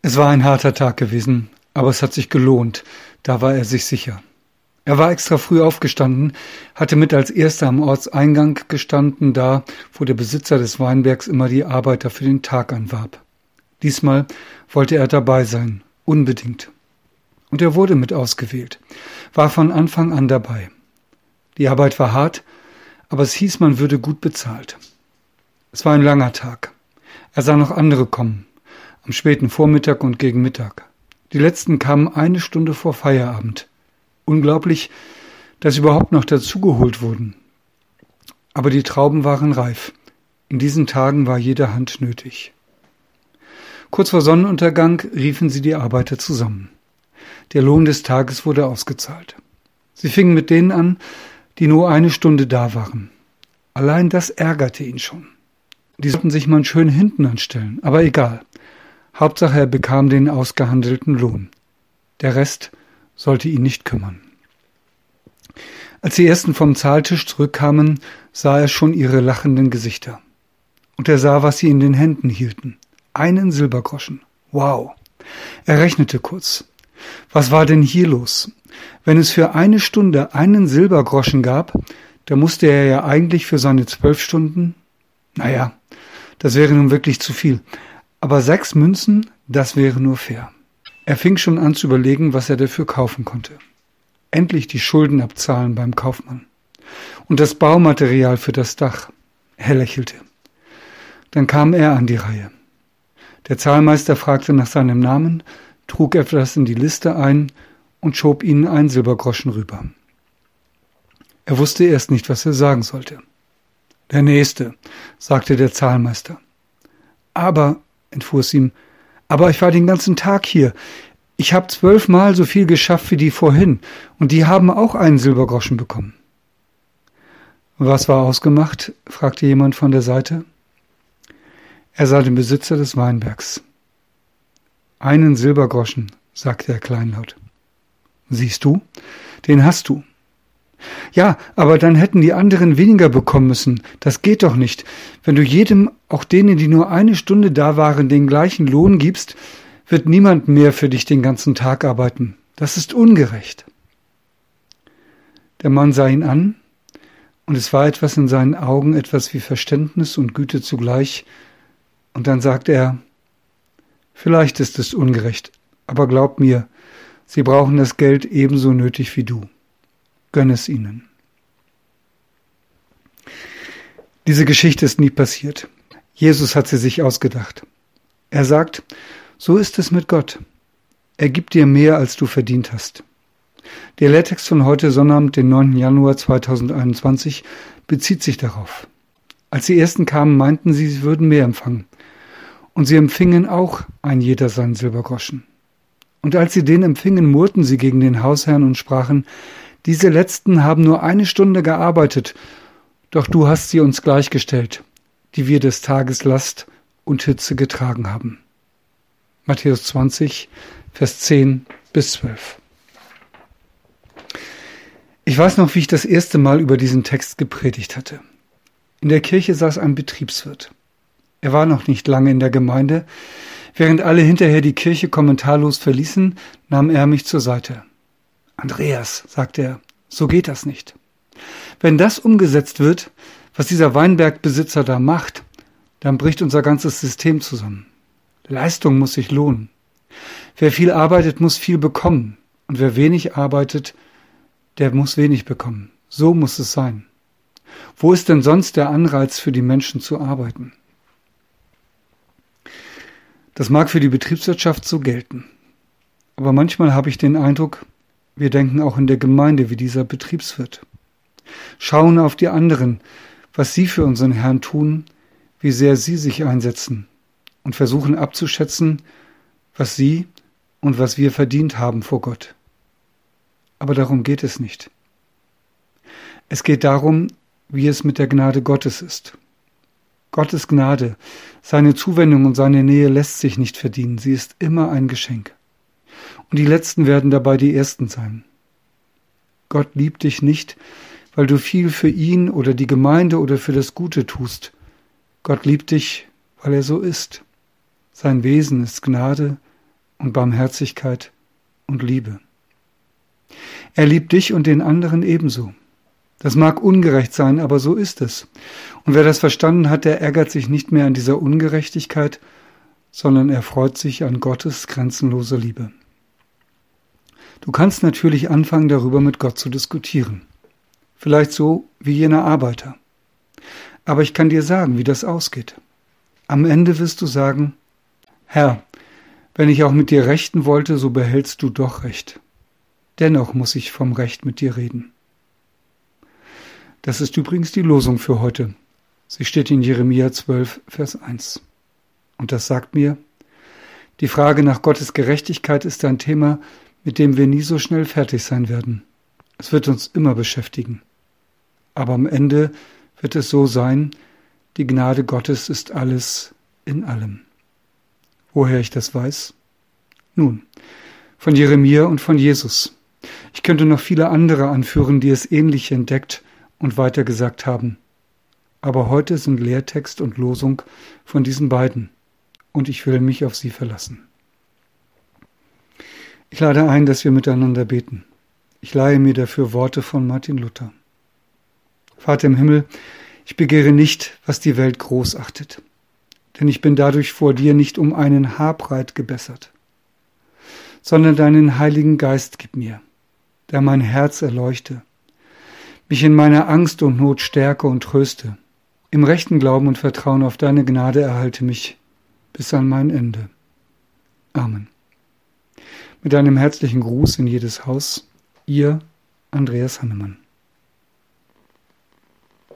Es war ein harter Tag gewesen, aber es hat sich gelohnt, da war er sich sicher. Er war extra früh aufgestanden, hatte mit als erster am Ortseingang gestanden, da, wo der Besitzer des Weinbergs immer die Arbeiter für den Tag anwarb. Diesmal wollte er dabei sein, unbedingt. Und er wurde mit ausgewählt, war von Anfang an dabei. Die Arbeit war hart, aber es hieß, man würde gut bezahlt. Es war ein langer Tag. Er sah noch andere kommen, am späten Vormittag und gegen Mittag. Die letzten kamen eine Stunde vor Feierabend. Unglaublich, dass sie überhaupt noch dazugeholt wurden. Aber die Trauben waren reif. In diesen Tagen war jede Hand nötig. Kurz vor Sonnenuntergang riefen sie die Arbeiter zusammen. Der Lohn des Tages wurde ausgezahlt. Sie fingen mit denen an, die nur eine Stunde da waren. Allein das ärgerte ihn schon. Die sollten sich mal schön hinten anstellen, aber egal. Hauptsache, er bekam den ausgehandelten Lohn. Der Rest sollte ihn nicht kümmern. Als die ersten vom Zahltisch zurückkamen, sah er schon ihre lachenden Gesichter. Und er sah, was sie in den Händen hielten. 1 Silbergroschen. Wow! Er rechnete kurz. Was war denn hier los? Wenn es für 1 Stunde 1 Silbergroschen gab, da musste er ja eigentlich für seine 12 Stunden... Naja, das wäre nun wirklich zu viel. Aber 6 Münzen, das wäre nur fair. Er fing schon an zu überlegen, was er dafür kaufen konnte. Endlich die Schulden abzahlen beim Kaufmann. Und das Baumaterial für das Dach. Er lächelte. Dann kam er an die Reihe. Der Zahlmeister fragte nach seinem Namen, trug etwas in die Liste ein und schob ihnen 1 Silbergroschen rüber. Er wusste erst nicht, was er sagen sollte. Der Nächste, sagte der Zahlmeister. Aber, entfuhr es ihm, aber ich war den ganzen Tag hier. Ich habe 12-mal so viel geschafft wie die vorhin, und die haben auch 1 Silbergroschen bekommen. Was war ausgemacht? Fragte jemand von der Seite. Er sah den Besitzer des Weinbergs. 1 Silbergroschen, sagte er kleinlaut. Siehst du, den hast du. Ja, aber dann hätten die anderen weniger bekommen müssen. Das geht doch nicht. Wenn du jedem, auch denen, die nur 1 Stunde da waren, den gleichen Lohn gibst, wird niemand mehr für dich den ganzen Tag arbeiten. Das ist ungerecht. Der Mann sah ihn an, und es war etwas in seinen Augen, etwas wie Verständnis und Güte zugleich. Und dann sagte er, vielleicht ist es ungerecht, aber glaub mir, sie brauchen das Geld ebenso nötig wie du. Gönn es ihnen. Diese Geschichte ist nie passiert. Jesus hat sie sich ausgedacht. Er sagt, so ist es mit Gott. Er gibt dir mehr, als du verdient hast. Der Lehrtext von heute, Sonnabend, den 9. Januar 2021, bezieht sich darauf. Als die Ersten kamen, meinten sie würden mehr empfangen. Und sie empfingen auch ein jeder seinen Silbergroschen. Und als sie den empfingen, murrten sie gegen den Hausherrn und sprachen, diese Letzten haben nur 1 Stunde gearbeitet, doch du hast sie uns gleichgestellt, die wir des Tages Last und Hitze getragen haben. Matthäus 20, Vers 10 bis 12. Ich weiß noch, wie ich das erste Mal über diesen Text gepredigt hatte. In der Kirche saß ein Betriebswirt. Er war noch nicht lange in der Gemeinde. Während alle hinterher die Kirche kommentarlos verließen, nahm er mich zur Seite. Andreas, sagte er, so geht das nicht. Wenn das umgesetzt wird, was dieser Weinbergbesitzer da macht, dann bricht unser ganzes System zusammen. Leistung muss sich lohnen. Wer viel arbeitet, muss viel bekommen. Und wer wenig arbeitet, der muss wenig bekommen. So muss es sein. Wo ist denn sonst der Anreiz für die Menschen zu arbeiten? Das mag für die Betriebswirtschaft so gelten. Aber manchmal habe ich den Eindruck, wir denken auch in der Gemeinde wie dieser Betriebswirt. Schauen auf die anderen, was sie für unseren Herrn tun, wie sehr sie sich einsetzen und versuchen abzuschätzen, was sie und was wir verdient haben vor Gott. Aber darum geht es nicht. Es geht darum, wie es mit der Gnade Gottes ist. Gottes Gnade, seine Zuwendung und seine Nähe lässt sich nicht verdienen. Sie ist immer ein Geschenk. Und die Letzten werden dabei die Ersten sein. Gott liebt dich nicht, weil du viel für ihn oder die Gemeinde oder für das Gute tust. Gott liebt dich, weil er so ist. Sein Wesen ist Gnade, und Barmherzigkeit und Liebe. Er liebt dich und den anderen ebenso. Das mag ungerecht sein, aber so ist es. Und wer das verstanden hat, der ärgert sich nicht mehr an dieser Ungerechtigkeit, sondern er freut sich an Gottes grenzenloser Liebe. Du kannst natürlich anfangen, darüber mit Gott zu diskutieren. Vielleicht so wie jener Arbeiter. Aber ich kann dir sagen, wie das ausgeht. Am Ende wirst du sagen, Herr, wenn ich auch mit dir rechten wollte, so behältst du doch Recht. Dennoch muss ich vom Recht mit dir reden. Das ist übrigens die Losung für heute. Sie steht in Jeremia 12, Vers 1. Und das sagt mir, die Frage nach Gottes Gerechtigkeit ist ein Thema, mit dem wir nie so schnell fertig sein werden. Es wird uns immer beschäftigen. Aber am Ende wird es so sein, die Gnade Gottes ist alles in allem. Woher ich das weiß? Nun, von Jeremia und von Jesus. Ich könnte noch viele andere anführen, die es ähnlich entdeckt und weitergesagt haben. Aber heute sind Lehrtext und Losung von diesen beiden, und ich will mich auf sie verlassen. Ich lade ein, dass wir miteinander beten. Ich leihe mir dafür Worte von Martin Luther. Vater im Himmel, ich begehre nicht, was die Welt groß achtet, denn ich bin dadurch vor dir nicht um einen Haarbreit gebessert, sondern deinen Heiligen Geist gib mir, der mein Herz erleuchte, mich in meiner Angst und Not stärke und tröste, im rechten Glauben und Vertrauen auf deine Gnade erhalte mich bis an mein Ende. Amen. Mit einem herzlichen Gruß in jedes Haus, ihr Andreas Hannemann.